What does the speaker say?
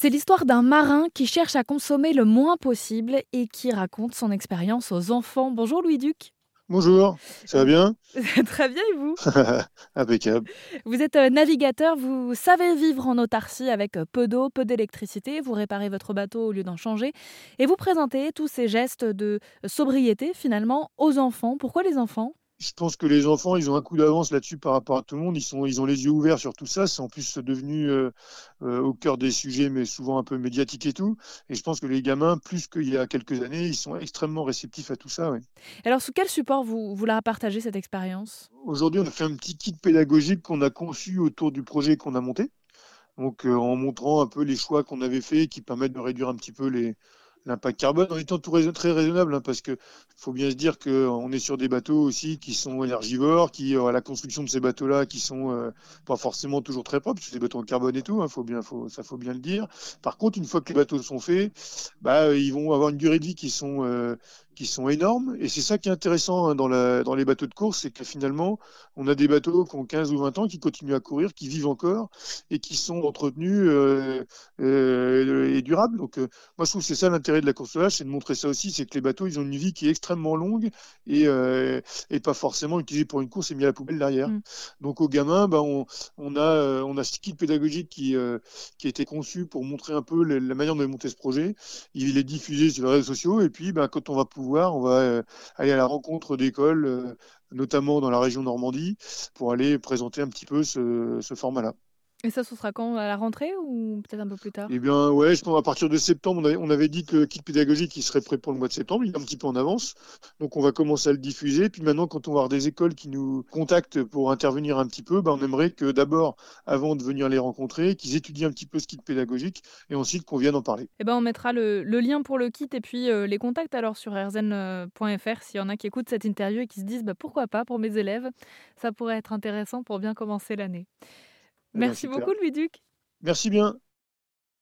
C'est l'histoire d'un marin qui cherche à consommer le moins possible et qui raconte son expérience aux enfants. Bonjour Louis Duc. Bonjour, ça va Vous- bien? Très bien et vous? Impeccable. Vous êtes navigateur, vous savez vivre en autarcie avec peu d'eau, peu d'électricité, vous réparez votre bateau au lieu d'en changer et vous présentez tous ces gestes de sobriété finalement aux enfants. Pourquoi les enfants? Je pense que les enfants, ils ont un coup d'avance là-dessus par rapport à tout le monde. Ils ont les yeux ouverts sur tout ça. C'est en plus devenu au cœur des sujets, mais souvent un peu médiatique et tout. Et je pense que les gamins, plus qu'il y a quelques années, ils sont extrêmement réceptifs à tout ça. Ouais. Alors sous quel support vous la partagez cette expérience? Aujourd'hui, on a fait un petit kit pédagogique qu'on a conçu autour du projet qu'on a monté. Donc, en montrant un peu les choix qu'on avait faits qui permettent de réduire un petit peu l'impact carbone en étant très raisonnable, hein, parce que faut bien se dire qu'on est sur des bateaux aussi qui sont énergivores, qui à la construction de ces bateaux-là qui sont pas forcément toujours très propres, c'est des bateaux en carbone et tout, hein, faut bien le dire. Par contre, une fois que les bateaux sont faits, ils vont avoir une durée de vie qui sont énormes. Et c'est ça qui est intéressant, hein, dans les bateaux de course, c'est que finalement, on a des bateaux qui ont 15 ou 20 ans, qui continuent à courir, qui vivent encore et qui sont entretenus et durables. Donc, moi, je trouve que c'est ça l'intérêt de la course au large, c'est de montrer ça aussi, c'est que les bateaux, ils ont une vie qui est extrêmement longue et pas forcément utilisée pour une course et mis à la poubelle derrière. Hmm. Donc, aux gamins, on a ce kit pédagogique qui a été conçu pour montrer un peu la manière de monter ce projet. Il est diffusé sur les réseaux sociaux et puis, quand on va pouvoir, on va aller à la rencontre d'écoles, notamment dans la région Normandie, pour aller présenter un petit peu ce format-là. Et ça sera quand? À la rentrée ou peut-être un peu plus Eh tard? bien, ouais, je pense à partir de septembre, on avait dit que le kit pédagogique il serait prêt pour le mois de septembre, il est un petit peu en avance. Donc, on va commencer à le diffuser. Puis maintenant, quand on va avoir des écoles qui nous contactent pour intervenir un petit peu, on aimerait que d'abord, avant de venir les rencontrer, qu'ils étudient un petit peu ce kit pédagogique et ensuite qu'on vienne en parler. Eh ben, on mettra le lien pour le kit et puis les contacts alors sur rzn.fr s'il y en a qui écoutent cette interview et qui se disent pourquoi pas pour mes élèves, ça pourrait être intéressant pour bien commencer l'année. Eh bien, Merci super. beaucoup Louis Duc. Merci bien.